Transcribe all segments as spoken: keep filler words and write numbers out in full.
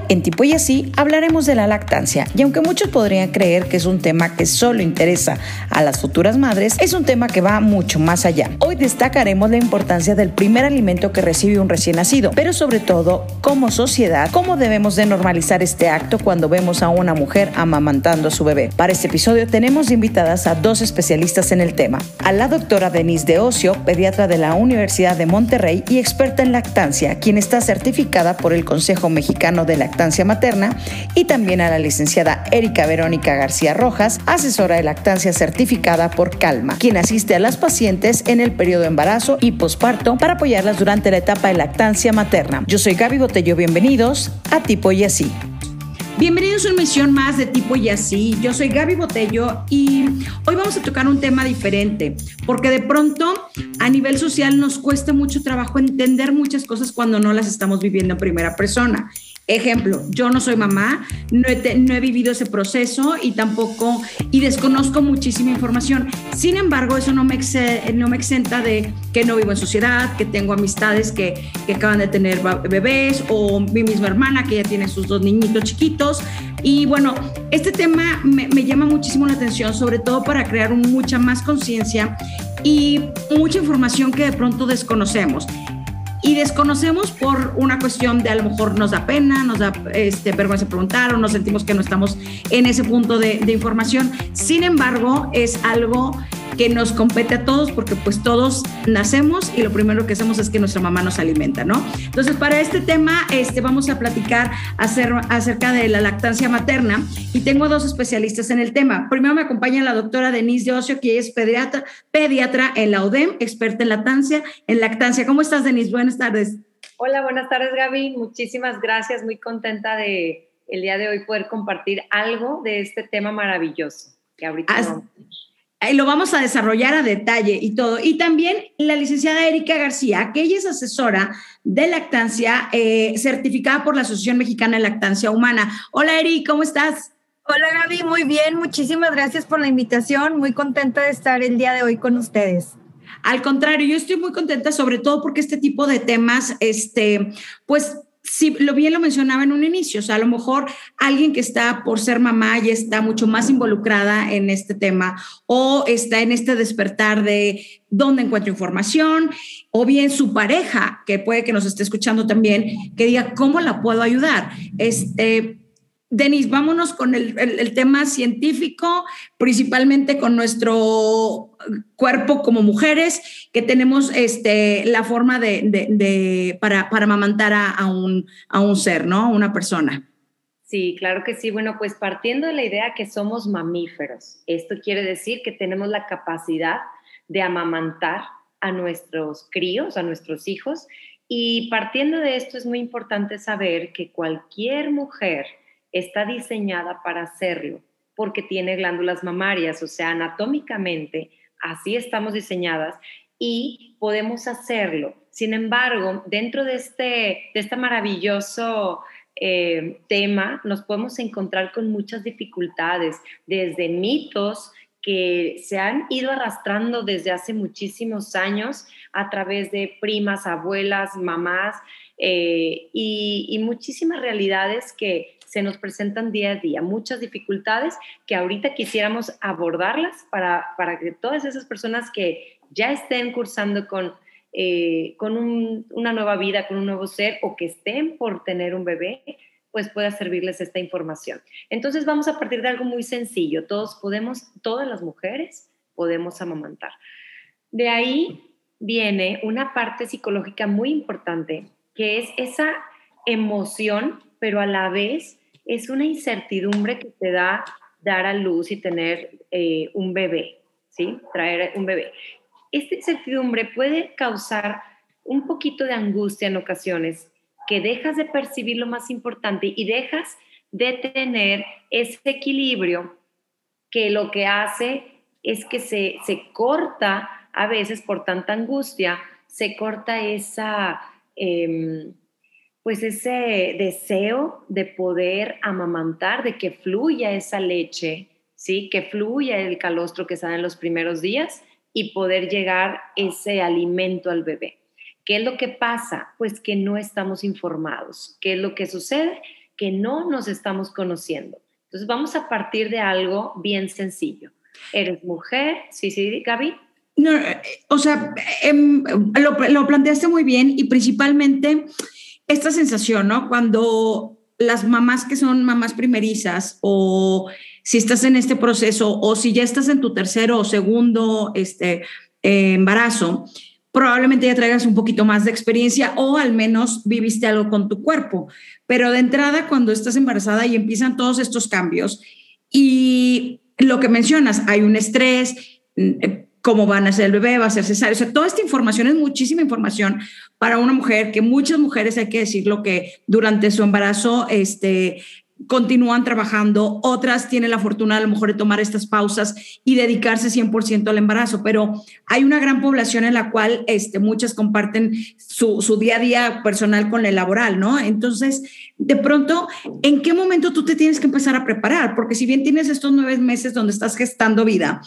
en Tipo y Así hablaremos de la lactancia, y aunque muchos podrían creer que es un tema que solo interesa a las futuras madres, es un tema que va mucho más allá. Hoy destacaremos la importancia del primer alimento que recibe un recién nacido, pero sobre todo, como sociedad, cómo debemos de normalizar este acto cuando vemos a una mujer amamantando a su bebé. Para este episodio tenemos invitadas a dos especialistas en el tema, a la doctora Denise de Ocio, pediatra de la Universidad de Monterrey y experta en lactancia, quien está certificada por el Consejo Mexicano de Lactancia Materna, y también a la licenciada Erika Verónica García Rojas, asesora de lactancia certificada por Calma, quien asiste a las pacientes en el periodo de embarazo y posparto para apoyarlas durante la etapa de lactancia materna. Yo soy Gaby Botello, bienvenidos a Tipo y Así. Bienvenidos a una emisión más de Tipo y Así. Yo soy Gaby Botello y hoy vamos a tocar un tema diferente, porque de pronto a nivel social nos cuesta mucho trabajo entender muchas cosas cuando no las estamos viviendo en primera persona. Ejemplo, yo no soy mamá, no he, te, no he vivido ese proceso y tampoco, y desconozco muchísima información. Sin embargo, eso no me, ex, no me exenta de que no vivo en sociedad, que tengo amistades que, que acaban de tener bebés, o mi misma hermana que ya tiene sus dos niñitos chiquitos. Y bueno, este tema me, me llama muchísimo la atención, sobre todo para crear un, mucha más conciencia y mucha información que de pronto desconocemos. Y desconocemos por una cuestión de a lo mejor nos da pena, nos da este, vergüenza preguntar o nos sentimos que no estamos en ese punto de, de información. Sin embargo, es algo que nos compete a todos porque pues todos nacemos y lo primero que hacemos es que nuestra mamá nos alimenta, ¿no? Entonces, para este tema este, vamos a platicar hacer, acerca de la lactancia materna y tengo dos especialistas en el tema. Primero me acompaña la doctora Denise de Ocio, que es pediatra, pediatra en la U D E M, experta en lactancia. En lactancia. ¿Cómo estás, Denise? Buenas tardes. Hola, buenas tardes, Gaby. Muchísimas gracias. Muy contenta de el día de hoy poder compartir algo de este tema maravilloso que ahorita As- vamos a ver. Y lo vamos a desarrollar a detalle y todo. Y también la licenciada Erika García, que ella es asesora de lactancia eh, certificada por la Asociación Mexicana de Lactancia Humana. Hola, Eri, ¿cómo estás? Hola, Gaby, muy bien. Muchísimas gracias por la invitación. Muy contenta de estar el día de hoy con ustedes. Al contrario, yo estoy muy contenta, sobre todo porque este tipo de temas, este, pues, sí, lo bien lo mencionaba en un inicio, o sea, a lo mejor alguien que está por ser mamá y está mucho más involucrada en este tema o está en este despertar de dónde encuentro información, o bien su pareja, que puede que nos esté escuchando también, que diga, ¿cómo la puedo ayudar? Este... Denise, vámonos con el, el, el tema científico, principalmente con nuestro cuerpo como mujeres, que tenemos este, la forma de, de, de para, para amamantar a, a, un, a un ser, ¿no? Una persona. Sí, claro que sí. Bueno, pues partiendo de la idea que somos mamíferos, esto quiere decir que tenemos la capacidad de amamantar a nuestros críos, a nuestros hijos, y partiendo de esto es muy importante saber que cualquier mujer está diseñada para hacerlo porque tiene glándulas mamarias, o sea, anatómicamente así estamos diseñadas y podemos hacerlo. Sin embargo, dentro de este, de este maravilloso eh, tema nos podemos encontrar con muchas dificultades, desde mitos que se han ido arrastrando desde hace muchísimos años a través de primas, abuelas, mamás eh, y, y muchísimas realidades que se nos presentan día a día, muchas dificultades que ahorita quisiéramos abordarlas para, para que todas esas personas que ya estén cursando con, eh, con un, una nueva vida, con un nuevo ser o que estén por tener un bebé, pues pueda servirles esta información. Entonces vamos a partir de algo muy sencillo. Todos podemos, todas las mujeres podemos amamantar. De ahí viene una parte psicológica muy importante, que es esa emoción, pero a la vez es una incertidumbre que te da dar a luz y tener eh, un bebé, ¿sí? Traer un bebé. Esta incertidumbre puede causar un poquito de angustia en ocasiones, que dejas de percibir lo más importante y dejas de tener ese equilibrio que lo que hace es que se, se corta a veces por tanta angustia, se corta esa... Eh, pues ese deseo de poder amamantar, de que fluya esa leche, ¿sí? Que fluya el calostro que sale en los primeros días y poder llegar ese alimento al bebé. ¿Qué es lo que pasa? Pues que no estamos informados. ¿Qué es lo que sucede? que no nos estamos conociendo. Entonces vamos a partir de algo bien sencillo. ¿Eres mujer? Sí, sí, Gaby. No, o sea, eh, lo, lo planteaste muy bien y principalmente esta sensación, ¿no? Cuando las mamás que son mamás primerizas o si estás en este proceso o si ya estás en tu tercero o segundo este, eh, embarazo, probablemente ya traigas un poquito más de experiencia o al menos viviste algo con tu cuerpo. Pero de entrada, cuando estás embarazada y empiezan todos estos cambios y lo que mencionas, hay un estrés, cómo van a ser el bebé, va a ser cesárea, o sea, toda esta información es muchísima información para una mujer, que muchas mujeres, hay que decirlo, que durante su embarazo este, continúan trabajando, otras tienen la fortuna a lo mejor de tomar estas pausas y dedicarse cien por ciento al embarazo, pero hay una gran población en la cual este, muchas comparten su, su día a día personal con el laboral, ¿no? Entonces, de pronto, ¿en qué momento tú te tienes que empezar a preparar? Porque si bien tienes estos nueve meses donde estás gestando vida,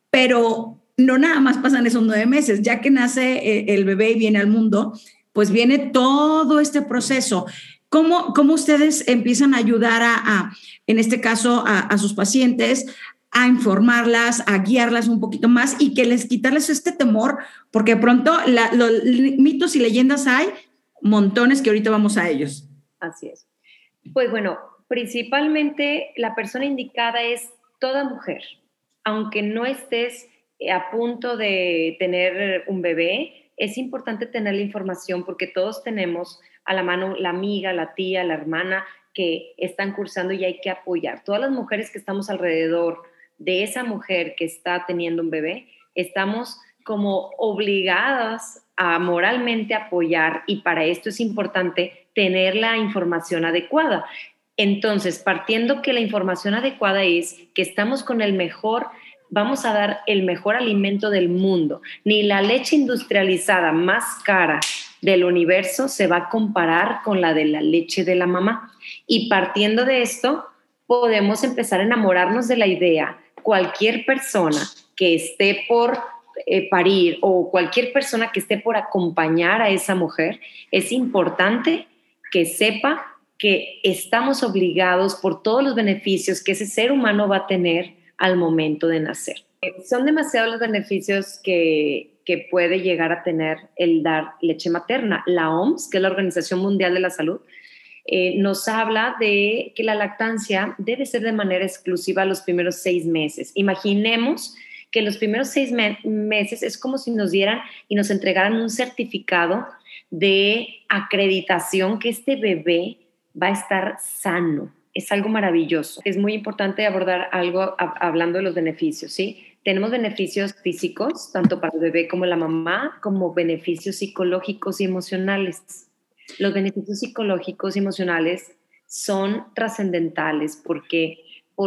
pero no nada más pasan esos nueve meses, ya que nace el bebé y viene al mundo, pues viene todo este proceso. ¿Cómo, cómo ustedes empiezan a ayudar a, a en este caso, a, a sus pacientes, a informarlas, a guiarlas un poquito más y que les quitarles este temor? Porque de pronto la, los mitos y leyendas hay montones que ahorita vamos a ellos. Así es. Pues bueno, principalmente la persona indicada es toda mujer, aunque no estés a punto de tener un bebé, es importante tener la información porque todos tenemos a la mano la amiga, la tía, la hermana que están cursando y hay que apoyar. Todas las mujeres que estamos alrededor de esa mujer que está teniendo un bebé, estamos como obligadas a moralmente apoyar y para esto es importante tener la información adecuada. Entonces, partiendo que la información adecuada es que estamos con el mejor vamos a dar el mejor alimento del mundo. Ni la leche industrializada más cara del universo se va a comparar con la de la leche de la mamá. Y partiendo de esto, podemos empezar a enamorarnos de la idea. Cualquier persona que esté por eh, parir o cualquier persona que esté por acompañar a esa mujer, es importante que sepa que estamos obligados por todos los beneficios que ese ser humano va a tener al momento de nacer. Son demasiados los beneficios que, que puede llegar a tener el dar leche materna. La O M S, que es la Organización Mundial de la Salud, eh, nos habla de que la lactancia debe ser de manera exclusiva los primeros seis meses. Imaginemos que los primeros seis me- meses es como si nos dieran y nos entregaran un certificado de acreditación que este bebé va a estar sano. Es algo maravilloso. Es muy importante abordar algo a, hablando de los beneficios, ¿sí? Tenemos beneficios físicos, tanto para el bebé como la mamá, como beneficios psicológicos y emocionales. Los beneficios psicológicos y emocionales son trascendentales porque,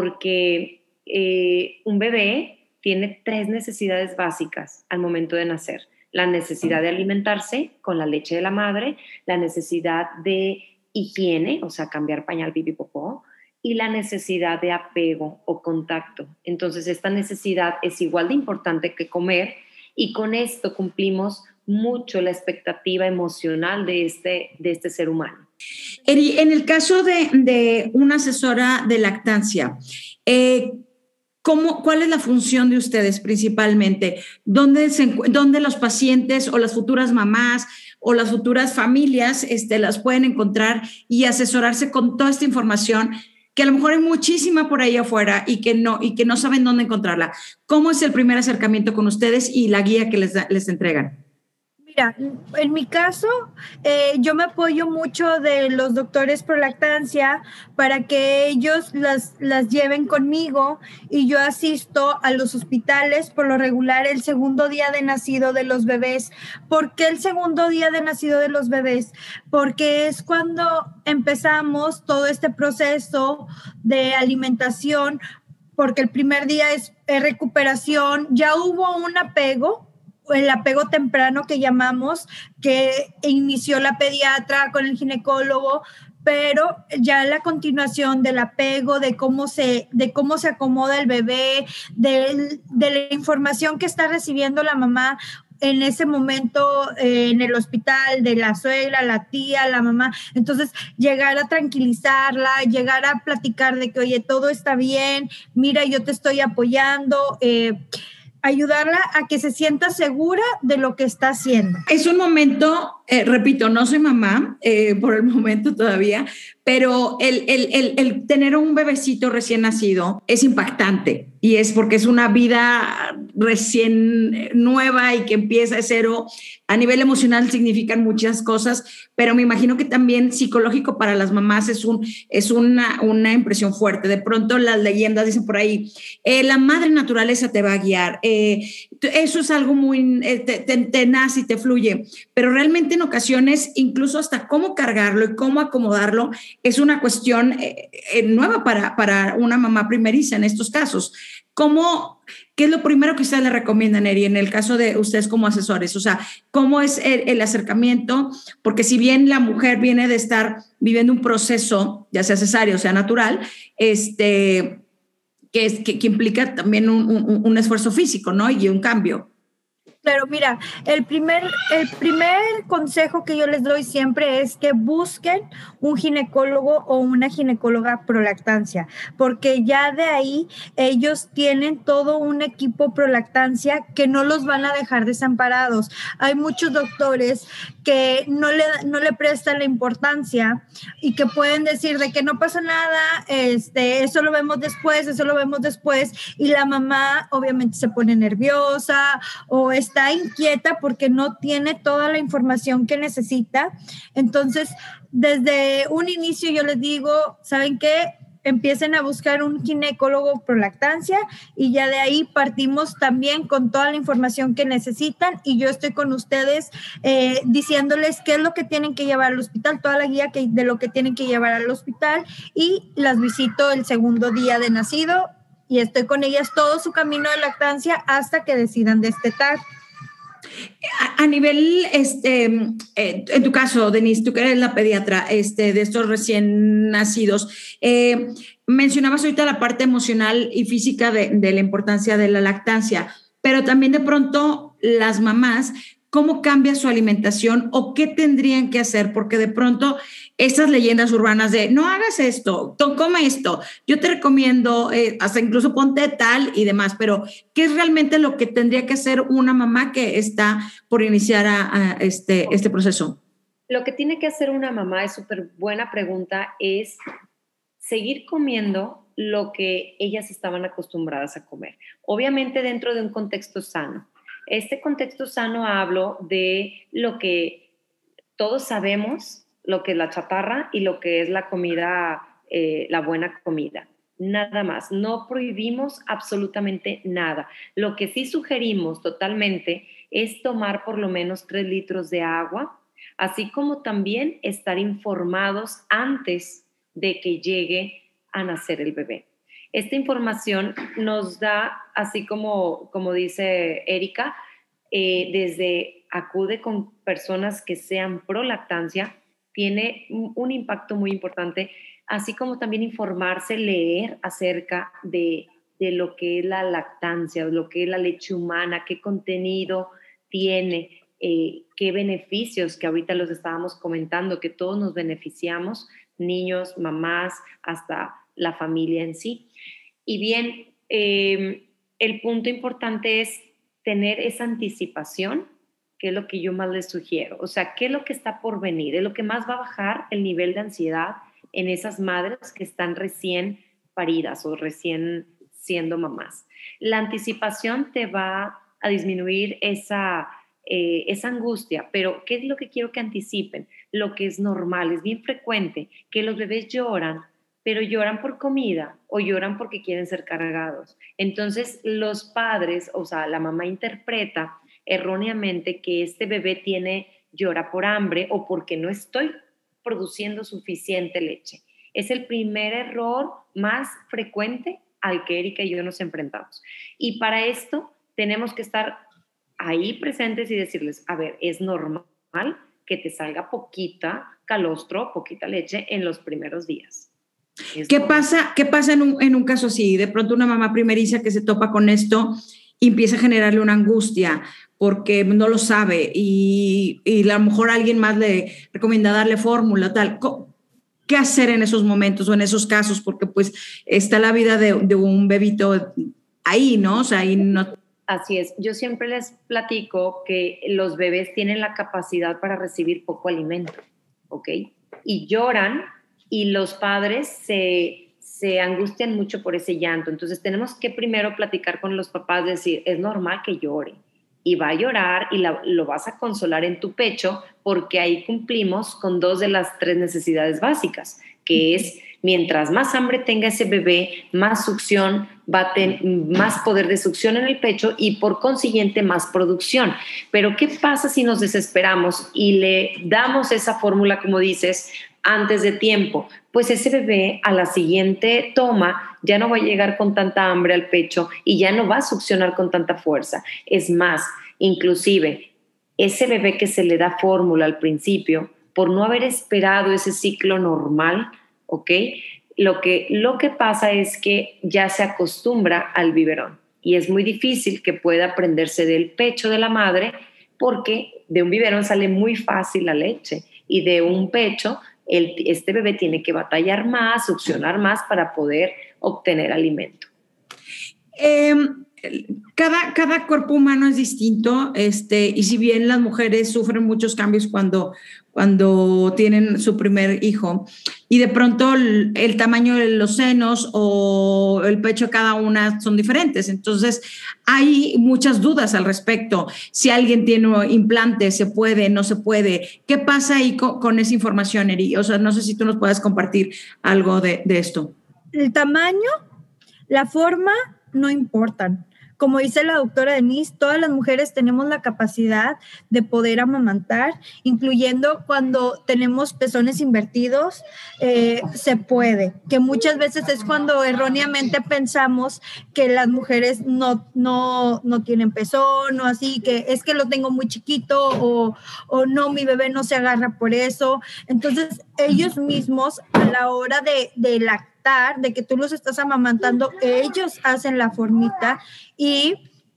porque eh, un bebé tiene tres necesidades básicas al momento de nacer. La necesidad de alimentarse con la leche de la madre, la necesidad de higiene, o sea, cambiar pañal, pipí, popó, y la necesidad de apego o contacto. Entonces, esta necesidad es igual de importante que comer y con esto cumplimos mucho la expectativa emocional de este, de este ser humano. Eri, en el caso de, de una asesora de lactancia, eh, ¿Cómo, ¿cuál es la función de ustedes principalmente? ¿Dónde, se, dónde los pacientes o las futuras mamás o las futuras familias este, las pueden encontrar y asesorarse con toda esta información que a lo mejor hay muchísima por ahí afuera y que no, y que no saben dónde encontrarla? ¿Cómo es el primer acercamiento con ustedes y la guía que les, les entregan? Mira, en mi caso, eh, yo me apoyo mucho de los doctores pro lactancia para que ellos las, las lleven conmigo y yo asisto a los hospitales por lo regular el segundo día de nacido de los bebés. ¿Por qué el segundo día de nacido de los bebés? Porque es cuando empezamos todo este proceso de alimentación, porque el primer día es, es recuperación, ya hubo un apego, el apego temprano que llamamos, que inició la pediatra con el ginecólogo, pero ya la continuación del apego, de cómo se, de cómo se acomoda el bebé, de, de la información que está recibiendo la mamá, en ese momento eh, en el hospital de la suegra, la tía, la mamá. Entonces, llegar a tranquilizarla, llegar a platicar de que, oye, todo está bien, mira, yo te estoy apoyando, eh, ayudarla a que se sienta segura de lo que está haciendo. Es un momento, eh, repito, no soy mamá eh, por el momento todavía, pero el, el, el, el tener un bebecito recién nacido es impactante y es porque es una vida recién nueva y que empieza de cero. A nivel emocional significan muchas cosas, pero me imagino que también psicológico para las mamás es, un, es una, una impresión fuerte. De pronto las leyendas dicen por ahí, eh, la madre naturaleza te va a guiar. Eh, eso es algo muy, eh, te, te, te nace y te fluye, pero realmente en ocasiones incluso hasta cómo cargarlo y cómo acomodarlo es una cuestión eh, eh, nueva para, para una mamá primeriza en estos casos. ¿Cómo, qué es lo primero que ustedes le recomiendan, Eri, en el caso de ustedes como asesores? O sea, ¿cómo es el, el acercamiento? Porque si bien la mujer viene de estar viviendo un proceso, ya sea cesárea o sea natural, este, que, es, que, que implica también un, un, un esfuerzo físico, ¿no? Y un cambio. Pero mira, el primer, el primer consejo que yo les doy siempre es que busquen un ginecólogo o una ginecóloga prolactancia, porque ya de ahí ellos tienen todo un equipo prolactancia que no los van a dejar desamparados. Hay muchos doctores que no le, no le prestan la importancia y que pueden decir de que no pasa nada, este, eso lo vemos después, eso lo vemos después, y la mamá obviamente se pone nerviosa o está inquieta porque no tiene toda la información que necesita. Entonces, desde un inicio yo les digo, ¿saben qué? Empiecen a buscar un ginecólogo prolactancia y ya de ahí partimos también con toda la información que necesitan, y yo estoy con ustedes eh, diciéndoles qué es lo que tienen que llevar al hospital, toda la guía que, de lo que tienen que llevar al hospital, y las visito el segundo día de nacido y estoy con ellas todo su camino de lactancia hasta que decidan destetar. A, a nivel, este, eh, en tu caso, Denise, tú que eres la pediatra este, de estos recién nacidos, eh, mencionabas ahorita la parte emocional y física de, de la importancia de la lactancia, pero también de pronto las mamás, ¿cómo cambia su alimentación o qué tendrían que hacer? Porque de pronto esas leyendas urbanas de no hagas esto, come esto, yo te recomiendo, eh, hasta incluso ponte tal y demás, pero ¿qué es realmente lo que tendría que hacer una mamá que está por iniciar a, a este, este proceso? Lo que tiene que hacer una mamá, es súper buena pregunta, es seguir comiendo lo que ellas estaban acostumbradas a comer. Obviamente dentro de un contexto sano. Este contexto sano hablo de lo que todos sabemos, lo que es la chatarra y lo que es la comida, eh, la buena comida. Nada más. No prohibimos absolutamente nada. Lo que sí sugerimos totalmente es tomar por lo menos tres litros de agua, así como también estar informados antes de que llegue a nacer el bebé. Esta información nos da, así como, como dice Erika, eh, desde acude con personas que sean pro lactancia, tiene un, un impacto muy importante, así como también informarse, leer acerca de, de lo que es la lactancia, lo que es la leche humana, qué contenido tiene, eh, qué beneficios, que ahorita los estábamos comentando, que todos nos beneficiamos, niños, mamás, hasta la familia en sí. Y bien, eh, el punto importante es tener esa anticipación, que es lo que yo más les sugiero. O sea, ¿qué es lo que está por venir? Es lo que más va a bajar el nivel de ansiedad en esas madres que están recién paridas o recién siendo mamás. La anticipación te va a disminuir esa, eh, esa angustia, pero ¿qué es lo que quiero que anticipen? Lo que es normal, es bien frecuente que los bebés lloran, pero lloran por comida o lloran porque quieren ser cargados. Entonces los padres, o sea, la mamá interpreta erróneamente que este bebé tiene, llora por hambre o porque no estoy produciendo suficiente leche. Es el primer error más frecuente al que Erika y yo nos enfrentamos. Y para esto tenemos que estar ahí presentes y decirles, a ver, es normal que te salga poquita calostro, poquita leche en los primeros días. ¿Qué pasa, ¿Qué pasa en un, en un caso así? De pronto una mamá primeriza que se topa con esto y empieza a generarle una angustia porque no lo sabe y, y a lo mejor alguien más le recomienda darle fórmula, tal. ¿Qué hacer en esos momentos o en esos casos? Porque pues está la vida de, de un bebito ahí, ¿no? O sea, ahí no... Así es. Yo siempre les platico que los bebés tienen la capacidad para recibir poco alimento, ¿ok? Y lloran y los padres se, se angustian mucho por ese llanto. Entonces tenemos que primero platicar con los papás, decir, es normal que llore. Y va a llorar y la, lo vas a consolar en tu pecho porque ahí cumplimos con dos de las tres necesidades básicas, que es mientras más hambre tenga ese bebé, más succión, va a tener más poder de succión en el pecho y por consiguiente más producción. Pero ¿qué pasa si nos desesperamos y le damos esa fórmula, como dices, antes de tiempo? Pues ese bebé a la siguiente toma ya no va a llegar con tanta hambre al pecho y ya no va a succionar con tanta fuerza. Es más, inclusive ese bebé que se le da fórmula al principio, por no haber esperado ese ciclo normal, ¿ok? Lo que, lo que pasa es que ya se acostumbra al biberón y es muy difícil que pueda prenderse del pecho de la madre porque de un biberón sale muy fácil la leche y de un pecho el, este bebé tiene que batallar más, succionar más para poder obtener alimento. Eh, cada, cada cuerpo humano es distinto, este, y si bien las mujeres sufren muchos cambios cuando, cuando tienen su primer hijo, y de pronto el, el tamaño de los senos o el pecho de cada una son diferentes, entonces hay muchas dudas al respecto. Si alguien tiene implantes, ¿se puede, no se puede? ¿Qué pasa ahí con, con esa información, Eri? O sea, no sé si tú nos puedes compartir algo de, de esto. El tamaño, la forma no importan. Como dice la doctora Denise, todas las mujeres tenemos la capacidad de poder amamantar, incluyendo cuando tenemos pezones invertidos, eh, se puede, que muchas veces es cuando erróneamente pensamos que las mujeres no, no, no tienen pezón o así, que es que lo tengo muy chiquito o, o no, mi bebé no se agarra por eso. Entonces, ellos mismos a la hora de, de lactar, de que tú los estás amamantando, ellos hacen la formita y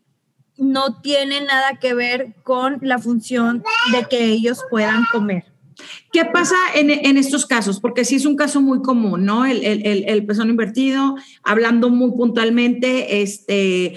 no tiene nada que ver con la función de que ellos puedan comer. ¿Qué pasa en, en estos casos? Porque sí es un caso muy común, ¿no? El, el, el pezón invertido, hablando muy puntualmente, este...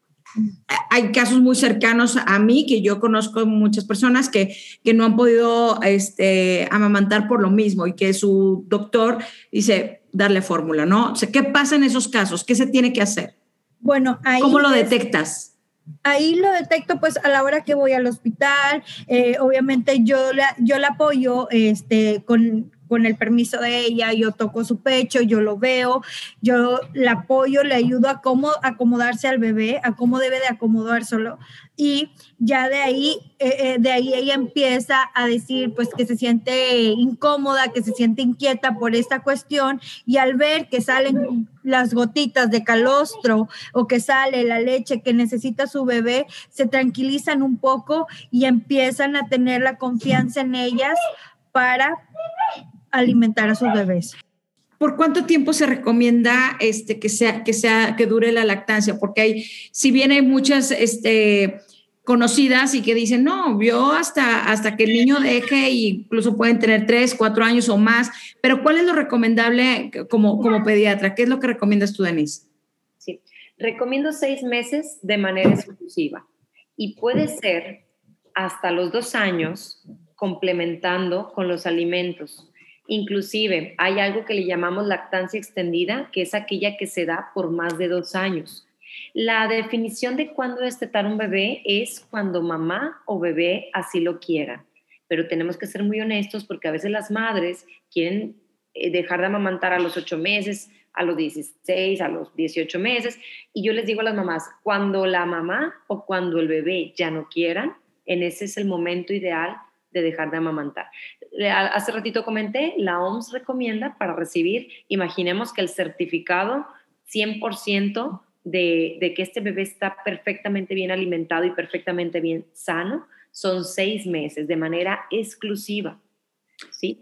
hay casos muy cercanos a mí que yo conozco muchas personas que, que no han podido este, amamantar por lo mismo y que su doctor dice darle fórmula, ¿no? O sea, ¿qué pasa en esos casos? ¿Qué se tiene que hacer? Bueno, ahí ¿Cómo lo es, detectas? Ahí lo detecto pues a la hora que voy al hospital. Eh, obviamente yo la, yo la apoyo este, con... con el permiso de ella, yo toco su pecho, yo lo veo, yo la apoyo, le ayudo a cómo acomodarse al bebé, a cómo debe de acomodárselo, y ya de ahí, eh, eh, de ahí ella empieza a decir pues que se siente incómoda, que se siente inquieta por esta cuestión, y al ver que salen las gotitas de calostro o que sale la leche que necesita su bebé, se tranquilizan un poco y empiezan a tener la confianza en ellas para alimentar a sus bebés. ¿Por cuánto tiempo se recomienda este, que, sea, que, sea, que dure la lactancia? Porque hay, si bien hay muchas este, conocidas y que dicen, no, yo hasta, hasta que el niño deje, y incluso pueden tener tres, cuatro años o más, pero ¿cuál es lo recomendable como, como pediatra? ¿Qué es lo que recomiendas tú, Denise? Sí, recomiendo seis meses de manera exclusiva y puede ser hasta los dos años complementando con los alimentos. Inclusive hay algo que le llamamos lactancia extendida, que es aquella que se da por más de dos años. La definición de cuándo destetar un bebé es cuando mamá o bebé así lo quieran, pero tenemos que ser muy honestos porque a veces las madres quieren dejar de amamantar a los ocho meses, a los dieciséis, a los dieciocho meses, y yo les digo a las mamás, cuando la mamá o cuando el bebé ya no quieran, en ese es el momento ideal de dejar de amamantar. Hace ratito comenté, la O M S recomienda para recibir, imaginemos que el certificado cien por ciento de, de que este bebé está perfectamente bien alimentado y perfectamente bien sano, son seis meses de manera exclusiva, ¿sí?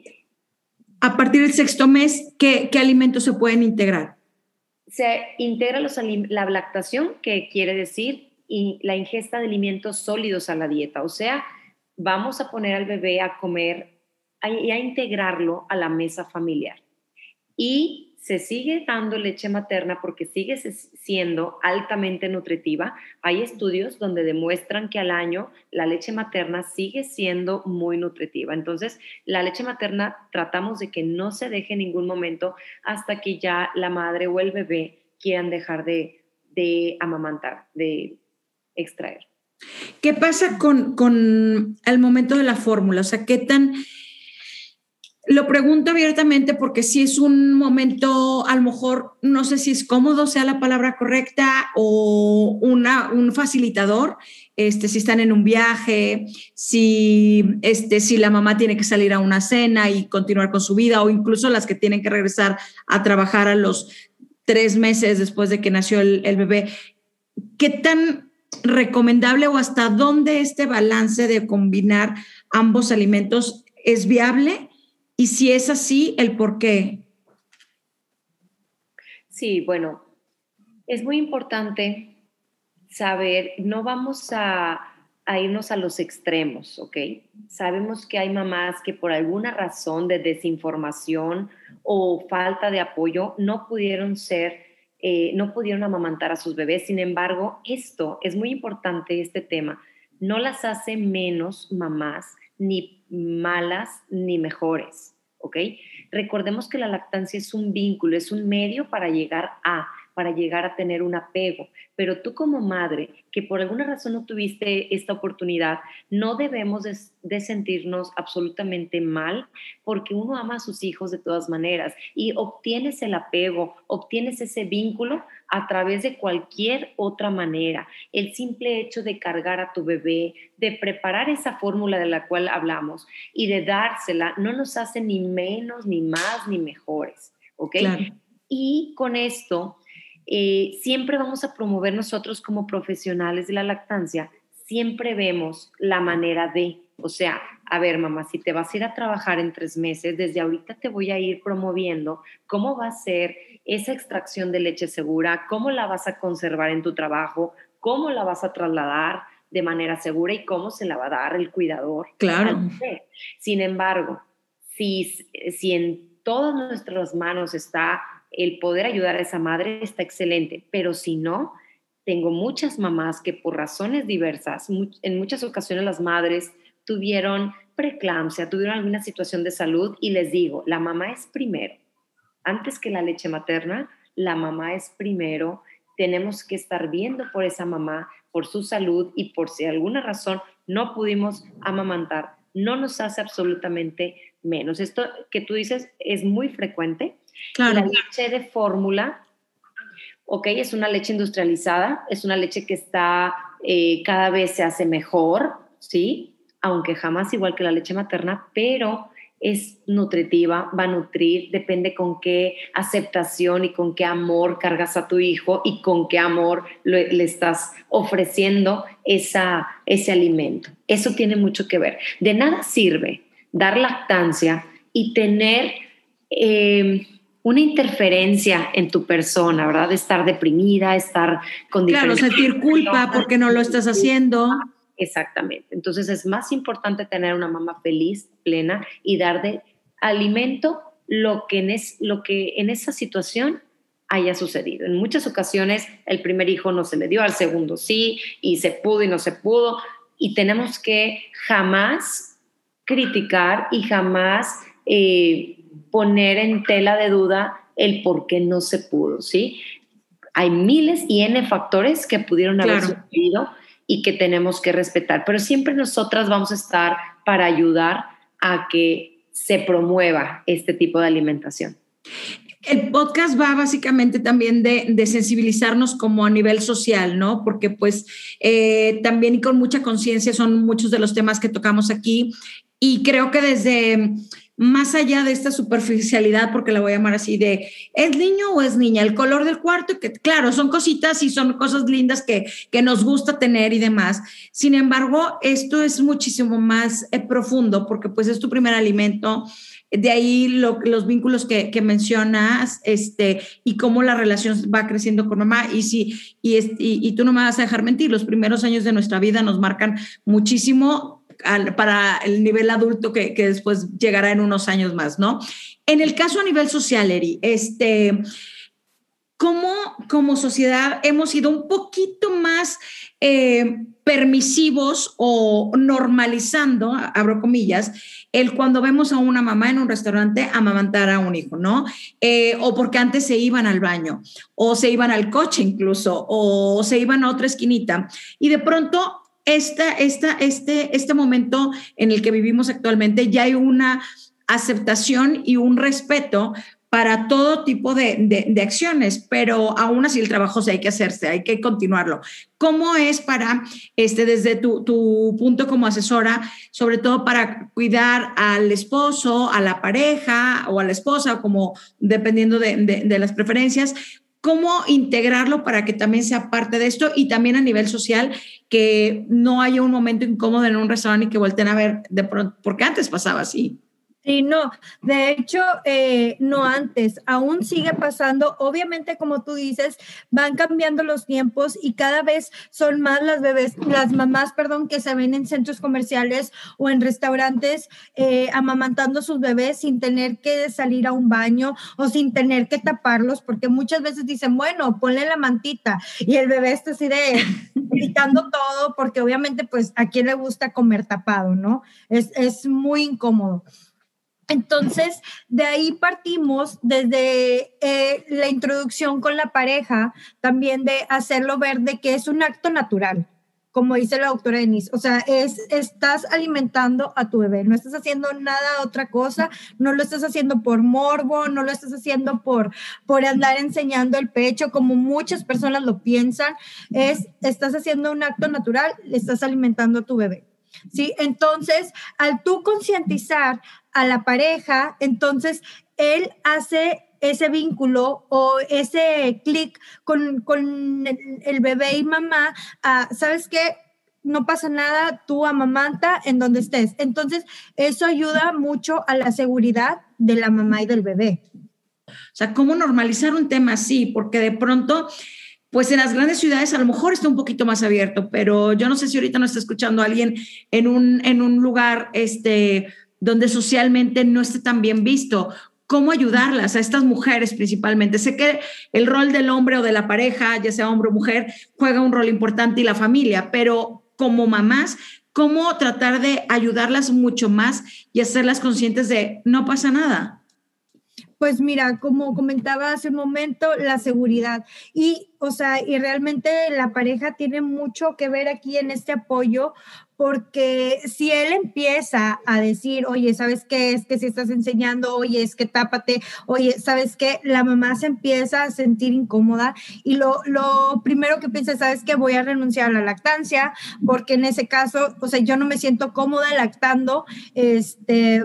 A partir del sexto mes, ¿qué, qué alimentos se pueden integrar? Se integra los, la lactación, que quiere decir y la ingesta de alimentos sólidos a la dieta. O sea, vamos a poner al bebé a comer y a, a integrarlo a la mesa familiar. Y se sigue dando leche materna porque sigue siendo altamente nutritiva. Hay estudios donde demuestran que al año la leche materna sigue siendo muy nutritiva. Entonces, la leche materna tratamos de que no se deje en ningún momento hasta que ya la madre o el bebé quieran dejar de, de amamantar, de extraer. ¿Qué pasa con, con el momento de la fórmula? O sea, ¿qué tan...? Lo pregunto abiertamente porque si es un momento, a lo mejor, no sé si es cómodo, sea la palabra correcta, o una, un facilitador, este, si están en un viaje, si, este, si la mamá tiene que salir a una cena y continuar con su vida, o incluso las que tienen que regresar a trabajar a los tres meses después de que nació el, el bebé. ¿Qué tan recomendable o hasta dónde este balance de combinar ambos alimentos es viable? Y si es así, ¿el por qué? Sí, bueno, es muy importante saber, no vamos a, a irnos a los extremos, ¿ok? Sabemos que hay mamás que por alguna razón de desinformación o falta de apoyo no pudieron ser, eh, no pudieron amamantar a sus bebés. Sin embargo, esto es muy importante, este tema, no las hace menos mamás, ni malas ni mejores, ¿ok? Recordemos que la lactancia es un vínculo, es un medio para llegar a, para llegar a tener un apego, pero tú como madre, que por alguna razón no tuviste esta oportunidad, no debemos de, de sentirnos absolutamente mal, porque uno ama a sus hijos de todas maneras y obtienes el apego, obtienes ese vínculo a través de cualquier otra manera. El simple hecho de cargar a tu bebé, de preparar esa fórmula de la cual hablamos y de dársela, no nos hace ni menos, ni más, ni mejores, ¿ok? Claro. Y con esto, eh, siempre vamos a promover nosotros como profesionales de la lactancia, siempre vemos la manera de, o sea, a ver, mamá, si te vas a ir a trabajar en tres meses, desde ahorita te voy a ir promoviendo cómo va a ser esa extracción de leche segura, cómo la vas a conservar en tu trabajo, cómo la vas a trasladar de manera segura y cómo se la va a dar el cuidador. Claro. Sin embargo, si, si en todas nuestras manos está el poder ayudar a esa madre, está excelente, pero si no, tengo muchas mamás que por razones diversas, en muchas ocasiones las madres tuvieron preeclampsia, tuvieron alguna situación de salud y les digo, la mamá es primero. Antes que la leche materna, la mamá es primero. Tenemos que estar viendo por esa mamá, por su salud y por si alguna razón no pudimos amamantar, no nos hace absolutamente menos. Esto que tú dices es muy frecuente. Claro. La leche de fórmula, ok, es una leche industrializada, es una leche que está, eh, cada vez se hace mejor, ¿sí? Aunque jamás igual que la leche materna, pero es nutritiva, va a nutrir, depende con qué aceptación y con qué amor cargas a tu hijo y con qué amor le, le estás ofreciendo esa, ese alimento. Eso tiene mucho que ver. De nada sirve dar lactancia y tener eh, una interferencia en tu persona, ¿verdad? De estar deprimida, estar con Claro, sentir culpa porque no lo estás haciendo. Exactamente. Entonces es más importante tener una mamá feliz, plena y dar de alimento lo que en, es, lo que en esa situación haya sucedido. En muchas ocasiones el primer hijo no se le dio, al segundo sí, y se pudo y no se pudo. Y tenemos que jamás criticar y jamás eh, poner en tela de duda el por qué no se pudo, ¿sí? Hay miles y N factores que pudieron haber Claro. sucedido y que tenemos que respetar, pero siempre nosotras vamos a estar para ayudar a que se promueva este tipo de alimentación. El podcast va básicamente también de, de sensibilizarnos como a nivel social, ¿no? Porque pues eh, también y con mucha conciencia son muchos de los temas que tocamos aquí y creo que desde más allá de esta superficialidad, porque la voy a llamar así, de ¿es niño o es niña? El color del cuarto, que claro, son cositas y son cosas lindas que, que nos gusta tener y demás. Sin embargo, esto es muchísimo más eh, profundo porque pues es tu primer alimento, de ahí lo, los vínculos que, que mencionas, este, y cómo la relación va creciendo con mamá. Y, sí, y, y, y tú no me vas a dejar mentir, los primeros años de nuestra vida nos marcan muchísimo al, para el nivel adulto que, que después llegará en unos años más, ¿no? En el caso a nivel social, Eri, este... ¿Cómo como sociedad hemos sido un poquito más eh, permisivos o normalizando, abro comillas, el cuando vemos a una mamá en un restaurante amamantar a un hijo, ¿no? Eh, o porque antes se iban al baño, o se iban al coche incluso, o se iban a otra esquinita, y de pronto esta, esta, este, este momento en el que vivimos actualmente ya hay una aceptación y un respeto para todo tipo de, de, de acciones, pero aún así el trabajo sí hay que hacerse, hay que continuarlo. ¿Cómo es para, este, desde tu, tu punto como asesora, sobre todo para cuidar al esposo, a la pareja o a la esposa, como dependiendo de, de, de las preferencias, cómo integrarlo para que también sea parte de esto y también a nivel social, que no haya un momento incómodo en un restaurante y que volteen a ver de pronto, porque antes pasaba así? Sí, no, de hecho, eh, no antes, aún sigue pasando. Obviamente, como tú dices, van cambiando los tiempos y cada vez son más las bebés, las mamás, perdón, que se ven en centros comerciales o en restaurantes eh, amamantando a sus bebés sin tener que salir a un baño o sin tener que taparlos, porque muchas veces dicen, bueno, ponle la mantita y el bebé está así de gritando todo, porque obviamente, pues, ¿a quién le gusta comer tapado, no? Es, es muy incómodo. Entonces, de ahí partimos desde eh, la introducción con la pareja, también de hacerlo ver de que es un acto natural, como dice la doctora Denise. O sea, es, estás alimentando a tu bebé, no estás haciendo nada otra cosa, no lo estás haciendo por morbo, no lo estás haciendo por, por andar enseñando el pecho, como muchas personas lo piensan. Es, estás haciendo un acto natural, estás alimentando a tu bebé. ¿Sí? Entonces, al tú concientizar a la pareja, entonces él hace ese vínculo o ese clic con, con el, el bebé y mamá, uh, ¿sabes qué? No pasa nada, tú amamanta en donde estés. Entonces, eso ayuda mucho a la seguridad de la mamá y del bebé. O sea, ¿cómo normalizar un tema así? Porque de pronto... pues en las grandes ciudades a lo mejor está un poquito más abierto, pero yo no sé si ahorita nos está escuchando alguien en un, en un lugar este, donde socialmente no esté tan bien visto. ¿Cómo ayudarlas a estas mujeres principalmente? Sé que el rol del hombre o de la pareja, ya sea hombre o mujer, juega un rol importante y la familia, pero como mamás, ¿cómo tratar de ayudarlas mucho más y hacerlas conscientes de no pasa nada? Pues mira, como comentaba hace un momento, la seguridad y, o sea, y realmente la pareja tiene mucho que ver aquí en este apoyo, porque si él empieza a decir, oye, ¿sabes qué? Es que si estás enseñando, oye, es que tápate, oye, ¿sabes qué? La mamá se empieza a sentir incómoda y lo, lo primero que piensa, ¿sabes qué? Voy a renunciar a la lactancia, porque en ese caso, o sea, yo no me siento cómoda lactando, este...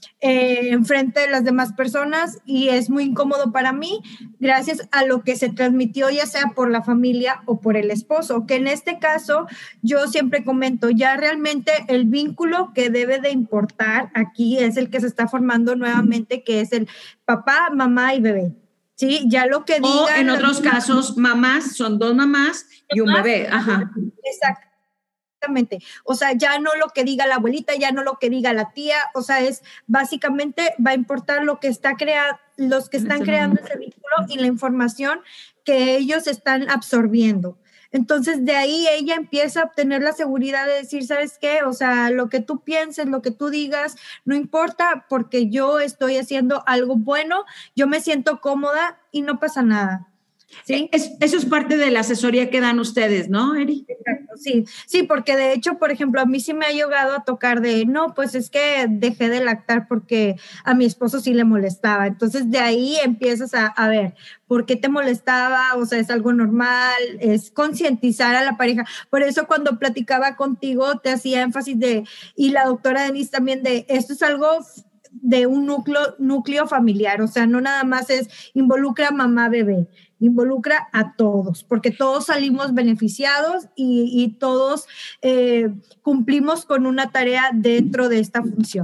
Eh, enfrente de las demás personas y es muy incómodo para mí gracias a lo que se transmitió ya sea por la familia o por el esposo, que en este caso yo siempre comento, ya realmente el vínculo que debe de importar aquí es el que se está formando nuevamente, que es el papá, mamá y bebé. Sí, ya lo que digan. O en otros casos, mamás, son dos mamás y un bebé. Ajá. Exacto. O sea, ya no lo que diga la abuelita, ya no lo que diga la tía, o sea, es básicamente va a importar lo que está creando, los que están creando ese vínculo y la información que ellos están absorbiendo. Entonces, de ahí ella empieza a obtener la seguridad de decir, ¿sabes qué? O sea, lo que tú pienses, lo que tú digas, no importa porque yo estoy haciendo algo bueno, yo me siento cómoda y no pasa nada. ¿Sí? Es, eso es parte de la asesoría que dan ustedes, ¿no, Eri? Exacto, sí, sí, porque de hecho, por ejemplo, a mí sí me ha llegado a tocar de, no, pues es que dejé de lactar porque a mi esposo sí le molestaba. Entonces, de ahí empiezas a, a ver, ¿por qué te molestaba? O sea, es algo normal, es concientizar a la pareja. Por eso cuando platicaba contigo, te hacía énfasis de, y la doctora Denise también, de, esto es algo de un núcleo, núcleo familiar, o sea, no nada más es involucra mamá, bebé, involucra a todos, porque todos salimos beneficiados y, y todos eh, cumplimos con una tarea dentro de esta función.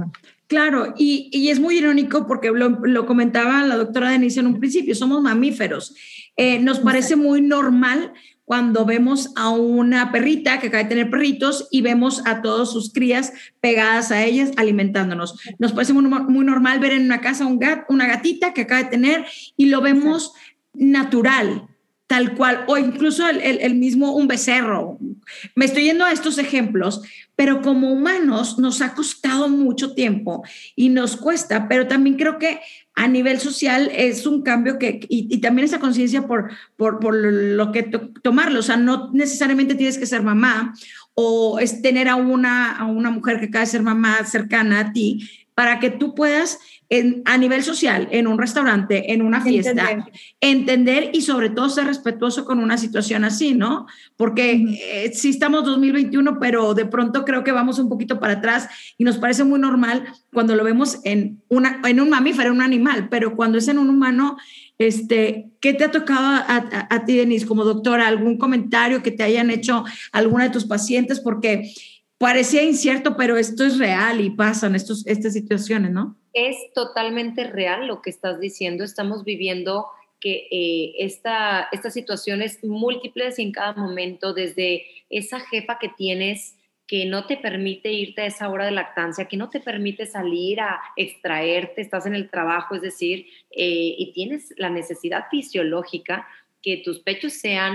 Claro, y, y es muy irónico porque lo, lo comentaba la doctora Denise en un principio, somos mamíferos. Eh, nos parece muy normal cuando vemos a una perrita que acaba de tener perritos y vemos a todas sus crías pegadas a ellas alimentándonos. Nos parece muy, muy normal ver en una casa un gat, una gatita que acaba de tener y lo vemos natural, tal cual, o incluso el, el, el mismo un becerro. Me estoy yendo a estos ejemplos, pero como humanos nos ha costado mucho tiempo y nos cuesta, pero también creo que a nivel social es un cambio que, y, y también esa conciencia por, por, por lo que to, tomarlo, o sea, no necesariamente tienes que ser mamá o es tener a una, a una mujer que acaba de ser mamá cercana a ti para que tú puedas en, a nivel social, en un restaurante, en una fiesta, entender, entender y sobre todo ser respetuoso con una situación así, ¿no? Porque uh-huh. eh, sí estamos dos mil veintiuno, pero de pronto creo que vamos un poquito para atrás y nos parece muy normal cuando lo vemos en, una, en un mamífero, en un animal, pero cuando es en un humano, este, ¿qué te ha tocado a, a, a ti, Denise, como doctora? ¿Algún comentario que te hayan hecho alguna de tus pacientes? Porque parecía incierto, pero esto es real y pasan estos, estas situaciones, ¿no? Es totalmente real lo que estás diciendo. Estamos viviendo que eh, esta, estas situaciones múltiples en cada momento, desde esa jefa que tienes que no te permite irte a esa hora de lactancia, que no te permite salir a extraerte, estás en el trabajo, es decir, eh, y tienes la necesidad fisiológica que tus pechos sean...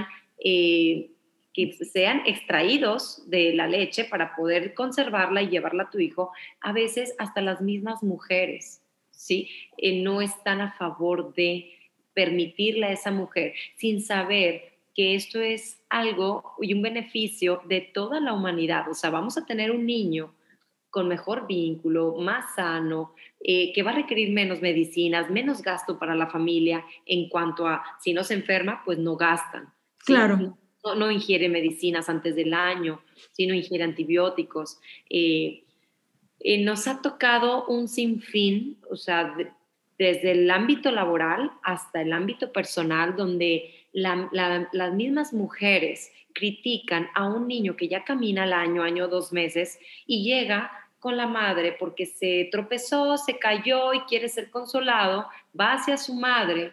Eh, que sean extraídos de la leche para poder conservarla y llevarla a tu hijo, a veces hasta las mismas mujeres, ¿sí? Eh, no están a favor de permitirle a esa mujer, sin saber que esto es algo y un beneficio de toda la humanidad. O sea, vamos a tener un niño con mejor vínculo, más sano, eh, que va a requerir menos medicinas, menos gasto para la familia en cuanto a, si no se enferma, pues no gastan. ¿Sí? Claro. No, no ingiere medicinas antes del año, sino ingiere antibióticos. Eh, eh, nos ha tocado un sinfín, o sea, de, desde el ámbito laboral hasta el ámbito personal, donde la, la, las mismas mujeres critican a un niño que ya camina al año, año, dos meses, y llega con la madre porque se tropezó, se cayó y quiere ser consolado, va hacia su madre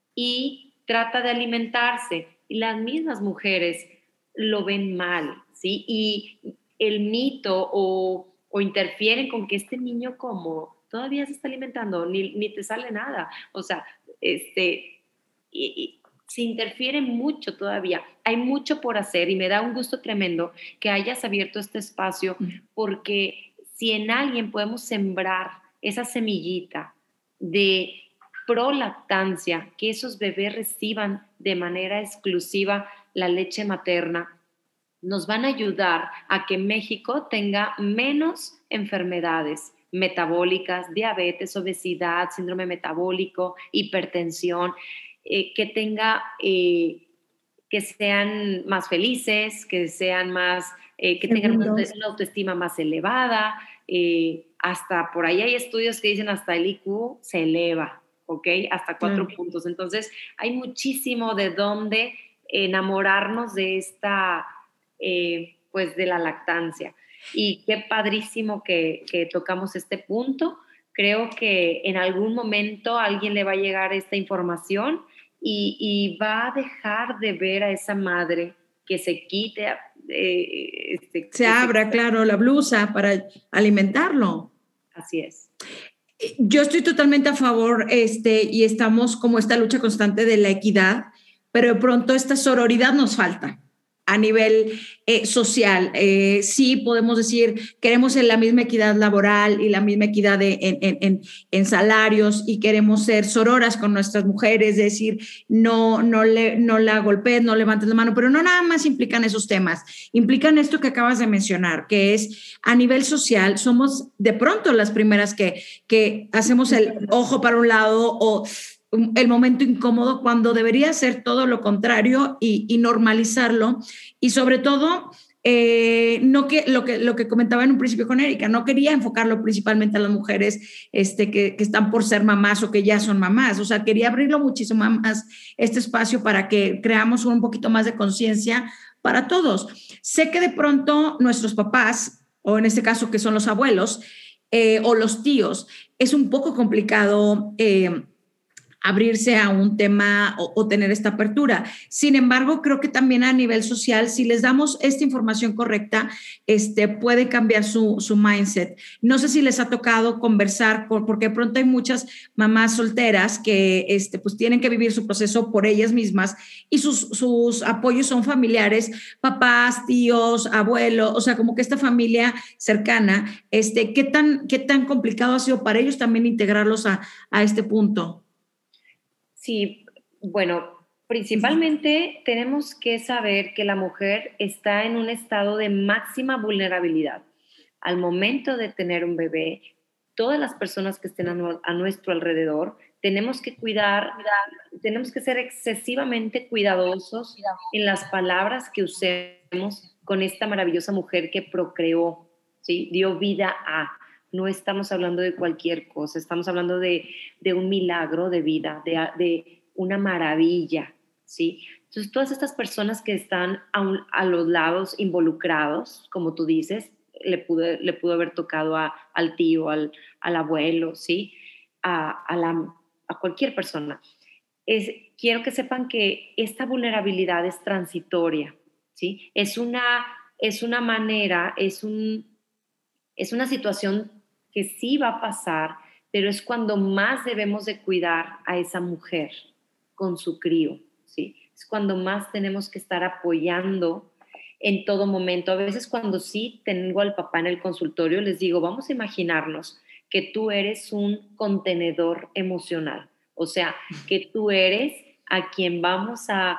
y trata de alimentarse. Y las mismas mujeres lo ven mal, ¿sí? Y el mito o, o interfieren con que este niño como todavía se está alimentando, ni, ni te sale nada. O sea, este, y, y se interfiere mucho todavía. Hay mucho por hacer y me da un gusto tremendo que hayas abierto este espacio porque si en alguien podemos sembrar esa semillita de prolactancia, que esos bebés reciban de manera exclusiva la leche materna, nos van a ayudar a que México tenga menos enfermedades metabólicas, diabetes, obesidad, síndrome metabólico, hipertensión, eh, que tenga, eh, que sean más felices, que sean más, eh, que tengan una, una autoestima más elevada, eh, hasta por ahí hay estudios que dicen hasta el I Q se eleva. ¿Ok? Hasta cuatro mm. puntos. Entonces, hay muchísimo de dónde enamorarnos de esta, eh, pues, de la lactancia. Y qué padrísimo que, que tocamos este punto. Creo que en algún momento a alguien le va a llegar esta información y, y va a dejar de ver a esa madre que se quite. Eh, este, se abra, se... claro, la blusa para alimentarlo. Así es. Yo estoy totalmente a favor este, y estamos como esta lucha constante de la equidad, pero de pronto esta sororidad nos falta a nivel eh, social. Eh, sí podemos decir, queremos la misma equidad laboral y la misma equidad de, en, en, en salarios y queremos ser sororas con nuestras mujeres, es decir, no, no, le, no la golpees, no levantes la mano, pero no nada más implican esos temas, implican esto que acabas de mencionar, que es a nivel social, somos de pronto las primeras que, que hacemos el ojo para un lado o el momento incómodo cuando debería ser todo lo contrario y, y normalizarlo y sobre todo eh, no que, lo, que, lo que comentaba en un principio con Erika, no quería enfocarlo principalmente a las mujeres este, que, que están por ser mamás o que ya son mamás, o sea, quería abrirlo muchísimo más este espacio para que creamos un poquito más de conciencia para todos. Sé que de pronto nuestros papás, o en este caso que son los abuelos, eh, o los tíos, es un poco complicado eh, abrirse a un tema o, o tener esta apertura. Sin embargo, creo que también a nivel social, si les damos esta información correcta, este, puede cambiar su, su mindset. No sé si les ha tocado conversar, con, porque de pronto hay muchas mamás solteras que este, pues tienen que vivir su proceso por ellas mismas y sus, sus apoyos son familiares, papás, tíos, abuelos, o sea, como que esta familia cercana, este, ¿qué tan, qué tan complicado ha sido para ellos también integrarlos a, a este punto? Sí, bueno, principalmente tenemos que saber que la mujer está en un estado de máxima vulnerabilidad. Al momento de tener un bebé, todas las personas que estén a, no, a nuestro alrededor, tenemos que cuidar, tenemos que ser excesivamente cuidadosos en las palabras que usemos con esta maravillosa mujer que procreó, ¿sí? Dio vida a. No estamos hablando de cualquier cosa, estamos hablando de, de un milagro de vida, de, de una maravilla, ¿sí? Entonces, todas estas personas que están a, un, a los lados involucrados, como tú dices, le pudo, le pudo haber tocado a, al tío, al, al abuelo, ¿sí? A, a, la, a cualquier persona. Es, quiero que sepan que esta vulnerabilidad es transitoria, ¿sí? Es una, es una manera, es, un, es una situación que sí va a pasar, pero es cuando más debemos de cuidar a esa mujer con su crío, ¿sí? Es cuando más tenemos que estar apoyando en todo momento. A veces cuando sí tengo al papá en el consultorio, les digo, vamos a imaginarnos que tú eres un contenedor emocional, o sea, que tú eres a quien vamos a,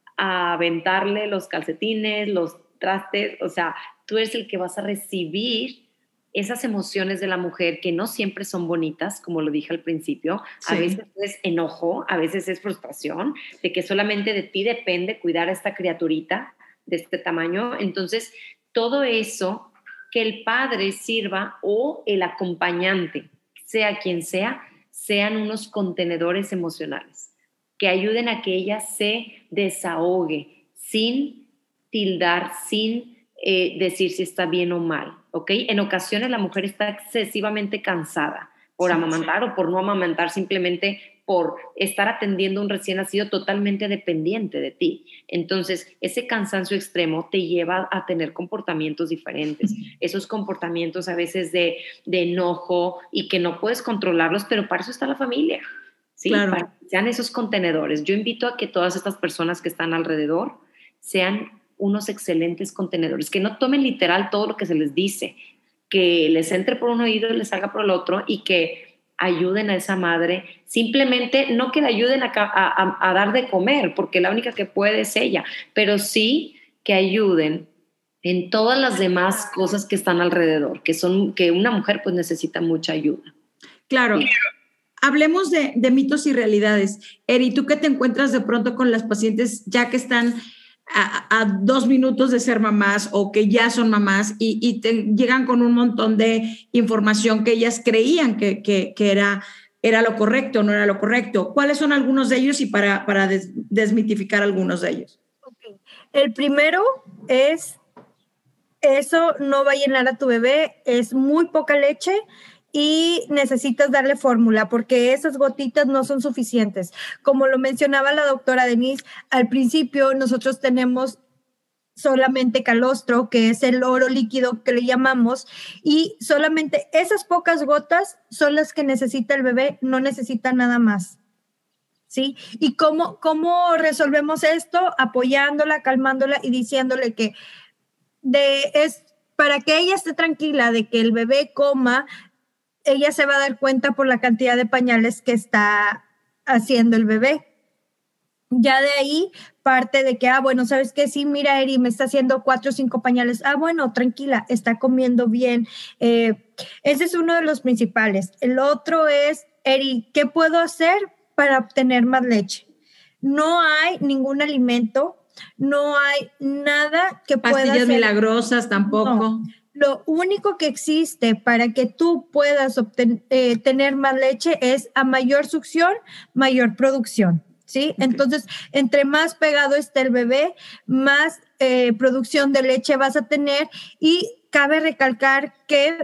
a aventarle los calcetines, los trastes, o sea, tú eres el que vas a recibir esas emociones de la mujer que no siempre son bonitas, como lo dije al principio. Sí. A veces es enojo, a veces es frustración, de que solamente de ti depende cuidar a esta criaturita de este tamaño. Entonces, todo eso, que el padre sirva o el acompañante, sea quien sea, sean unos contenedores emocionales, que ayuden a que ella se desahogue sin tildar, sin eh, decir si está bien o mal. ¿Ok? En ocasiones la mujer está excesivamente cansada por sí, amamantar sí. o por no amamantar, simplemente por estar atendiendo a un recién nacido totalmente dependiente de ti. Entonces, ese cansancio extremo te lleva a tener comportamientos diferentes. Esos comportamientos a veces de, de enojo y que no puedes controlarlos, pero para eso está la familia, ¿sí? Claro. Para que sean esos contenedores. Yo invito a que todas estas personas que están alrededor sean unos excelentes contenedores, que no tomen literal todo lo que se les dice, que les entre por un oído y les salga por el otro y que ayuden a esa madre, simplemente no que le ayuden a, a, a dar de comer, porque la única que puede es ella, pero sí que ayuden en todas las demás cosas que están alrededor, que son que una mujer pues necesita mucha ayuda. Claro. Sí. Hablemos de, de mitos y realidades. Eri, ¿tú qué te encuentras de pronto con las pacientes ya que están A, a dos minutos de ser mamás o que ya son mamás y, y te llegan con un montón de información que ellas creían que, que, que era, era lo correcto o no era lo correcto? ¿Cuáles son algunos de ellos y para, para des, desmitificar algunos de ellos? Okay. El primero es, eso no va a llenar a tu bebé, es muy poca leche y necesitas darle fórmula porque esas gotitas no son suficientes. Como lo mencionaba la doctora Denise, al principio nosotros tenemos solamente calostro, que es el oro líquido que le llamamos, y solamente esas pocas gotas son las que necesita el bebé, no necesita nada más. ¿Sí? ¿Y cómo, cómo resolvemos esto? Apoyándola, calmándola y diciéndole que de, es para que ella esté tranquila de que el bebé coma, ella se va a dar cuenta por la cantidad de pañales que está haciendo el bebé. Ya de ahí parte de que, ah, bueno, ¿sabes qué? Sí, mira, Eri, me está haciendo cuatro o cinco pañales. Ah, bueno, tranquila, está comiendo bien. Eh, ese es uno de los principales. El otro es, Eri, ¿qué puedo hacer para obtener más leche? No hay ningún alimento, no hay nada que pueda hacer. Pastillas milagrosas tampoco. No. Lo único que existe para que tú puedas obtener, eh, tener más leche es a mayor succión, mayor producción, ¿sí? Okay. Entonces, entre más pegado esté el bebé, más eh, producción de leche vas a tener y cabe recalcar que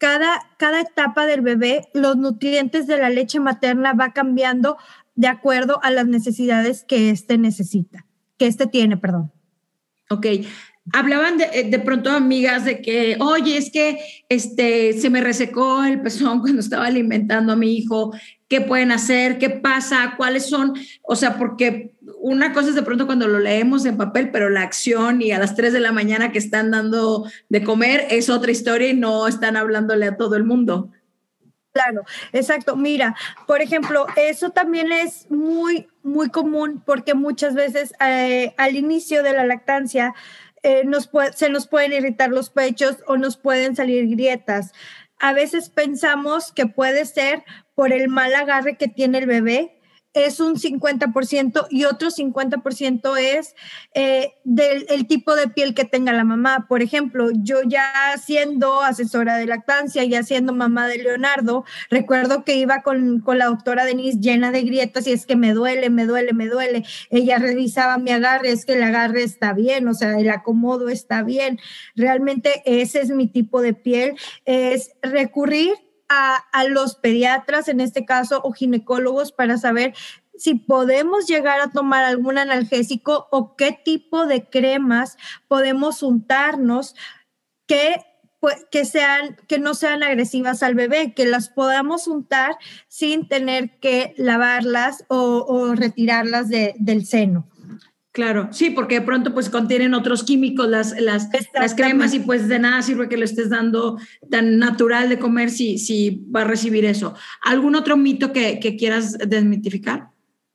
cada, cada etapa del bebé, los nutrientes de la leche materna va cambiando de acuerdo a las necesidades que éste necesita, que éste tiene, perdón. Ok. Hablaban de, de pronto amigas de que, oye, es que este, se me resecó el pezón cuando estaba alimentando a mi hijo. ¿Qué pueden hacer? ¿Qué pasa? ¿Cuáles son? O sea, porque una cosa es de pronto cuando lo leemos en papel, pero la acción y a las tres de la mañana que están dando de comer es otra historia y no están hablándole a todo el mundo. Claro, exacto. Mira, por ejemplo, eso también es muy, muy común porque muchas veces eh, al inicio de la lactancia eh, nos puede, se nos pueden irritar los pechos o nos pueden salir grietas. A veces pensamos que puede ser por el mal agarre que tiene el bebé. Es un cincuenta por ciento y otro cincuenta por ciento es eh, del el tipo de piel que tenga la mamá. Por ejemplo, yo ya siendo asesora de lactancia, ya siendo mamá de Leonardo, recuerdo que iba con, con la doctora Denise llena de grietas y es que me duele, me duele, me duele. Ella revisaba mi agarre, es que el agarre está bien, o sea, el acomodo está bien. Realmente ese es mi tipo de piel, es recurrir A, a los pediatras, en este caso, o ginecólogos, para saber si podemos llegar a tomar algún analgésico o qué tipo de cremas podemos untarnos que, pues, que, sean, que no sean agresivas al bebé, que las podamos untar sin tener que lavarlas o, o retirarlas de, del seno. Claro, sí, porque de pronto pues contienen otros químicos las, las, las cremas y pues de nada sirve que le estés dando tan natural de comer si, si va a recibir eso. ¿Algún otro mito que, que quieras desmitificar?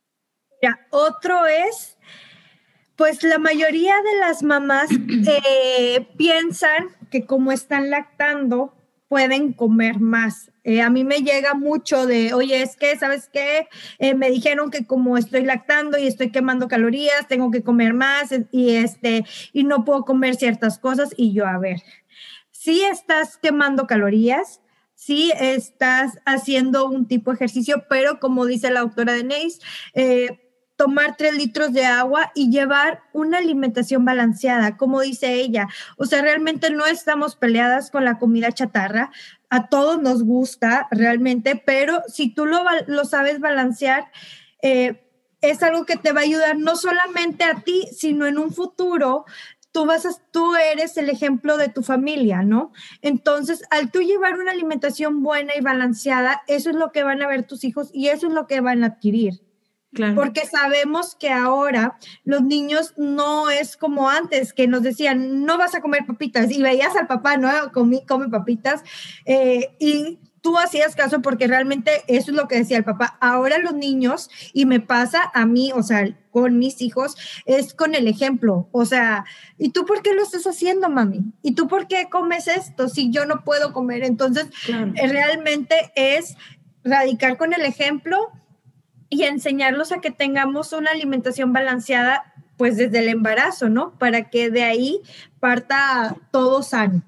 Mira, otro es, pues la mayoría de las mamás eh, piensan que como están lactando pueden comer más. Eh, a mí me llega mucho de, oye, es que, ¿sabes qué? Eh, me dijeron que como estoy lactando y estoy quemando calorías, tengo que comer más y, este, y no puedo comer ciertas cosas. Y yo, a ver, sí estás quemando calorías, sí estás haciendo un tipo de ejercicio, pero como dice la doctora Denise, eh, tomar tres litros de agua y llevar una alimentación balanceada, como dice ella. O sea, realmente no estamos peleadas con la comida chatarra. A todos nos gusta realmente, pero si tú lo, lo sabes balancear, eh, es algo que te va a ayudar no solamente a ti, sino en un futuro. Tú, vas a, tú eres el ejemplo de tu familia, ¿no? Entonces, al tú llevar una alimentación buena y balanceada, eso es lo que van a ver tus hijos y eso es lo que van a adquirir. Claro. Porque sabemos que ahora los niños no es como antes, que nos decían, no vas a comer papitas, y veías al papá, ¿no? Come, come papitas, eh, y tú hacías caso porque realmente eso es lo que decía el papá. Ahora los niños, y me pasa a mí, o sea, con mis hijos, es con el ejemplo. O sea, ¿y tú por qué lo estás haciendo, mami? ¿Y tú por qué comes esto si yo no puedo comer? Entonces, claro. eh, realmente es radicar con el ejemplo y enseñarlos a que tengamos una alimentación balanceada, pues desde el embarazo, ¿no? Para que de ahí parta todo sano.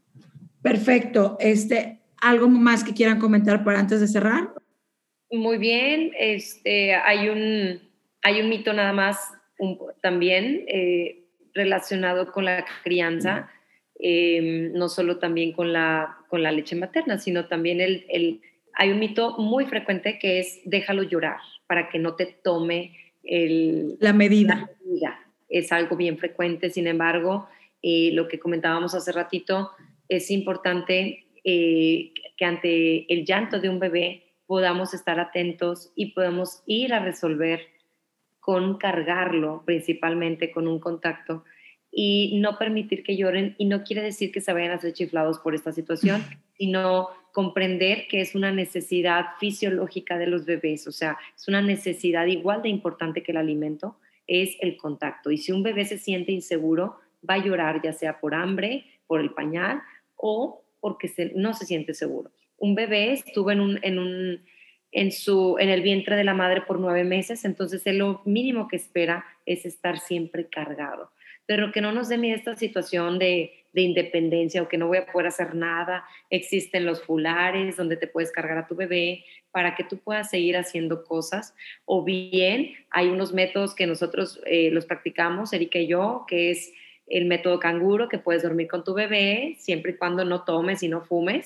Perfecto. Este, ¿algo más que quieran comentar para antes de cerrar? Muy bien. Este, hay un, hay un mito nada más un, también eh, relacionado con la crianza, eh, no solo también con la, con la leche materna, sino también el... el hay un mito muy frecuente que es déjalo llorar para que no te tome el, la, medida. la medida. Es algo bien frecuente, sin embargo, eh, lo que comentábamos hace ratito, es importante eh, que ante el llanto de un bebé podamos estar atentos y podamos ir a resolver con cargarlo, principalmente con un contacto, y no permitir que lloren, y no quiere decir que se vayan a hacer chiflados por esta situación, sino comprender que es una necesidad fisiológica de los bebés, o sea, es una necesidad igual de importante que el alimento, es el contacto. Y si un bebé se siente inseguro, va a llorar ya sea por hambre, por el pañal o porque se, no se siente seguro. Un bebé estuvo en, un, en, un, en, su, en el vientre de la madre por nueve meses, entonces él lo mínimo que espera es estar siempre cargado. Pero que no nos dé miedo esta situación de, de independencia o que no voy a poder hacer nada. Existen los fulares donde te puedes cargar a tu bebé para que tú puedas seguir haciendo cosas. O bien hay unos métodos que nosotros eh, los practicamos, Erika y yo, que es el método canguro, que puedes dormir con tu bebé siempre y cuando no tomes y no fumes,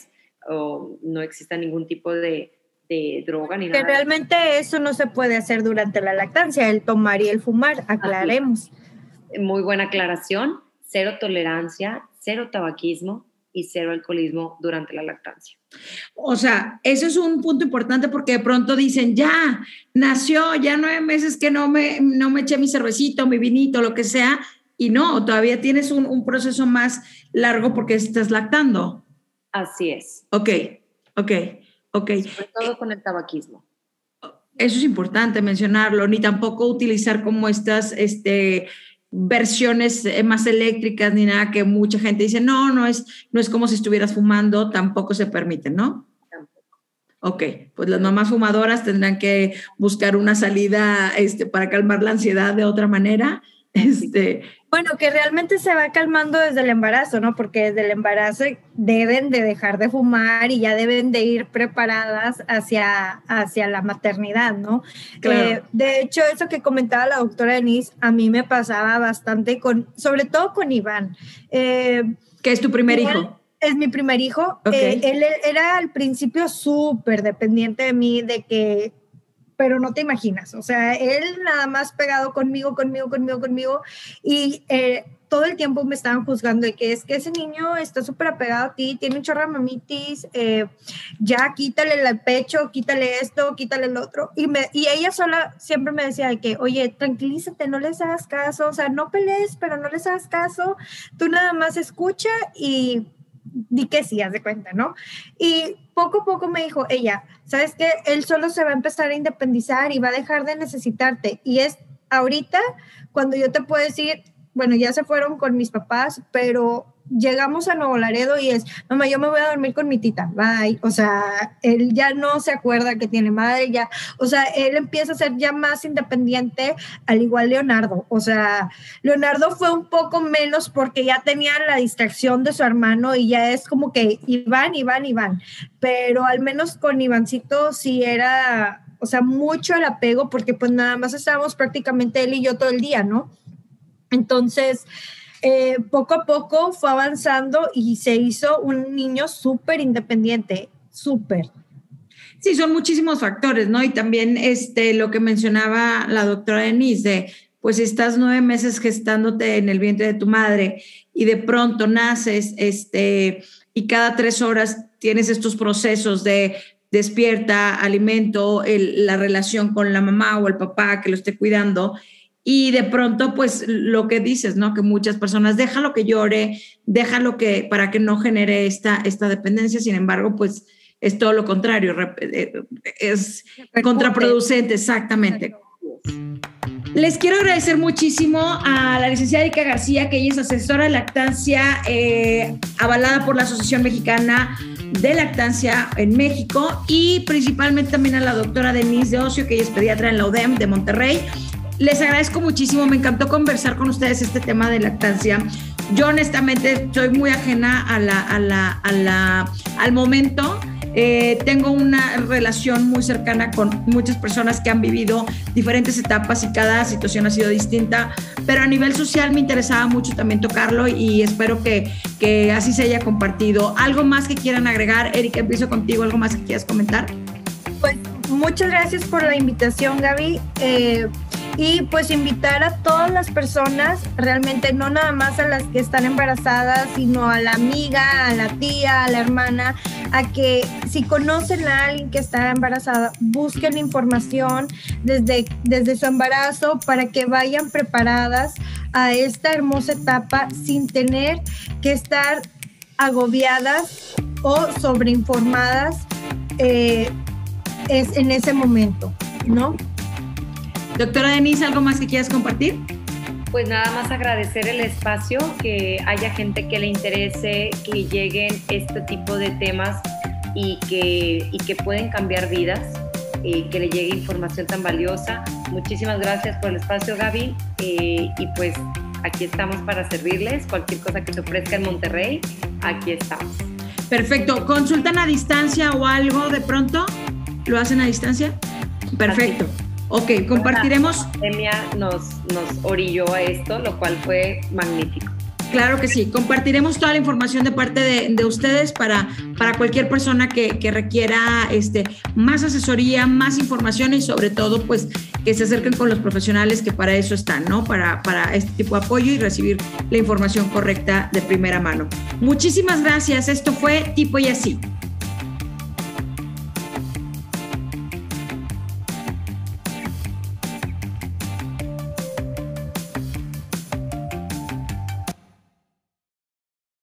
o no exista ningún tipo de, de droga ni nada. Que realmente eso no se puede hacer durante la lactancia, el tomar y el fumar, aclaremos. Muy buena aclaración, cero tolerancia, cero tabaquismo y cero alcoholismo durante la lactancia. O sea, eso es un punto importante porque de pronto dicen, ya, nació, ya nueve meses que no me, no me eché mi cervecito, mi vinito, lo que sea, y no, todavía tienes un, un proceso más largo porque estás lactando. Así es. Ok, ok, ok. Sobre todo con el tabaquismo. Eso es importante mencionarlo, ni tampoco utilizar como estas este, versiones más eléctricas ni nada que mucha gente dice, no, no es, no es como si estuvieras fumando, tampoco se permite, ¿no? Tampoco. Ok, pues las mamás fumadoras tendrán que buscar una salida este, para calmar la ansiedad de otra manera. Este, bueno, que realmente se va calmando desde el embarazo, ¿no? Porque desde el embarazo deben de dejar de fumar y ya deben de ir preparadas hacia, hacia la maternidad, ¿no? Claro. Eh, de hecho, eso que comentaba la doctora Denise, a mí me pasaba bastante, con, sobre todo con Iván. Eh, ¿Qué es tu primer Iván, hijo? Es mi primer hijo. Okay. Eh, él era al principio súper dependiente de mí, de que pero no te imaginas, o sea, él nada más pegado conmigo, conmigo, conmigo, conmigo, y eh, todo el tiempo me estaban juzgando de que es que ese niño está súper apegado a ti, tiene un chorro de mamitis, eh, ya quítale el pecho, quítale esto, quítale el otro, y, me, y ella sola siempre me decía de que, oye, tranquilízate, no les hagas caso, o sea, no pelees, pero no les hagas caso, tú nada más escucha y di que sí, haz de cuenta, ¿no? Y poco a poco me dijo ella, ¿sabes qué? Él solo se va a empezar a independizar y va a dejar de necesitarte. Y es ahorita cuando yo te puedo decir, bueno, ya se fueron con mis papás, pero llegamos a Nuevo Laredo y es, mamá, yo me voy a dormir con mi tita, bye. O sea, él ya no se acuerda que tiene madre, ya, o sea, él empieza a ser ya más independiente, al igual Leonardo. O sea, Leonardo fue un poco menos porque ya tenía la distracción de su hermano y ya es como que Iván, Iván, Iván. Pero al menos con Ivancito sí era, o sea, mucho el apego porque pues nada más estábamos prácticamente él y yo todo el día, ¿no? Entonces, Eh, poco a poco fue avanzando y se hizo un niño súper independiente, súper. Sí, son muchísimos factores, ¿no? Y también este, lo que mencionaba la doctora Denise, de, pues estás nueve meses gestándote en el vientre de tu madre y de pronto naces este, y cada tres horas tienes estos procesos de despierta, alimento, el, la relación con la mamá o el papá que lo esté cuidando. Y de pronto, pues, lo que dices, ¿no? Que muchas personas, déjalo que llore, déjalo que, para que no genere esta, esta dependencia. Sin embargo, pues, es todo lo contrario. Es contraproducente, exactamente. Les quiero agradecer muchísimo a la licenciada Erika García, que ella es asesora de lactancia, eh, avalada por la Asociación Mexicana de Lactancia en México, y principalmente también a la doctora Denise de Ocio, que ella es pediatra en la U D E M de Monterrey. Les agradezco muchísimo, me encantó conversar con ustedes este tema de lactancia. Yo honestamente soy muy ajena a la, a la, a la, al momento. Eh, tengo una relación muy cercana con muchas personas que han vivido diferentes etapas y cada situación ha sido distinta, pero a nivel social me interesaba mucho también tocarlo y espero que, que así se haya compartido. ¿Algo más que quieran agregar? Erika, empiezo contigo. ¿Algo más que quieras comentar? Pues muchas gracias por la invitación, Gaby. Eh, Y pues invitar a todas las personas, realmente no nada más a las que están embarazadas, sino a la amiga, a la tía, a la hermana, a que si conocen a alguien que está embarazada, busquen información desde, desde su embarazo para que vayan preparadas a esta hermosa etapa sin tener que estar agobiadas o sobreinformadas eh, es en ese momento, ¿no? Doctora Denise, ¿algo más que quieras compartir? Pues nada más agradecer el espacio, que haya gente que le interese, que lleguen este tipo de temas y que, y que pueden cambiar vidas, y que le llegue información tan valiosa. Muchísimas gracias por el espacio, Gaby, eh, y pues aquí estamos para servirles. Cualquier cosa que se ofrezca en Monterrey, aquí estamos. Perfecto. ¿Consultan a distancia o algo de pronto? ¿Lo hacen a distancia? Perfecto. Así. Ok, compartiremos. La pandemia nos, nos orilló a esto, lo cual fue magnífico. Claro que sí, compartiremos toda la información de parte de, de ustedes para, para cualquier persona que, que requiera este, más asesoría, más información y sobre todo pues que se acerquen con los profesionales que para eso están, ¿no? Para, para este tipo de apoyo y recibir la información correcta de primera mano. Muchísimas gracias, esto fue Tipo y Así.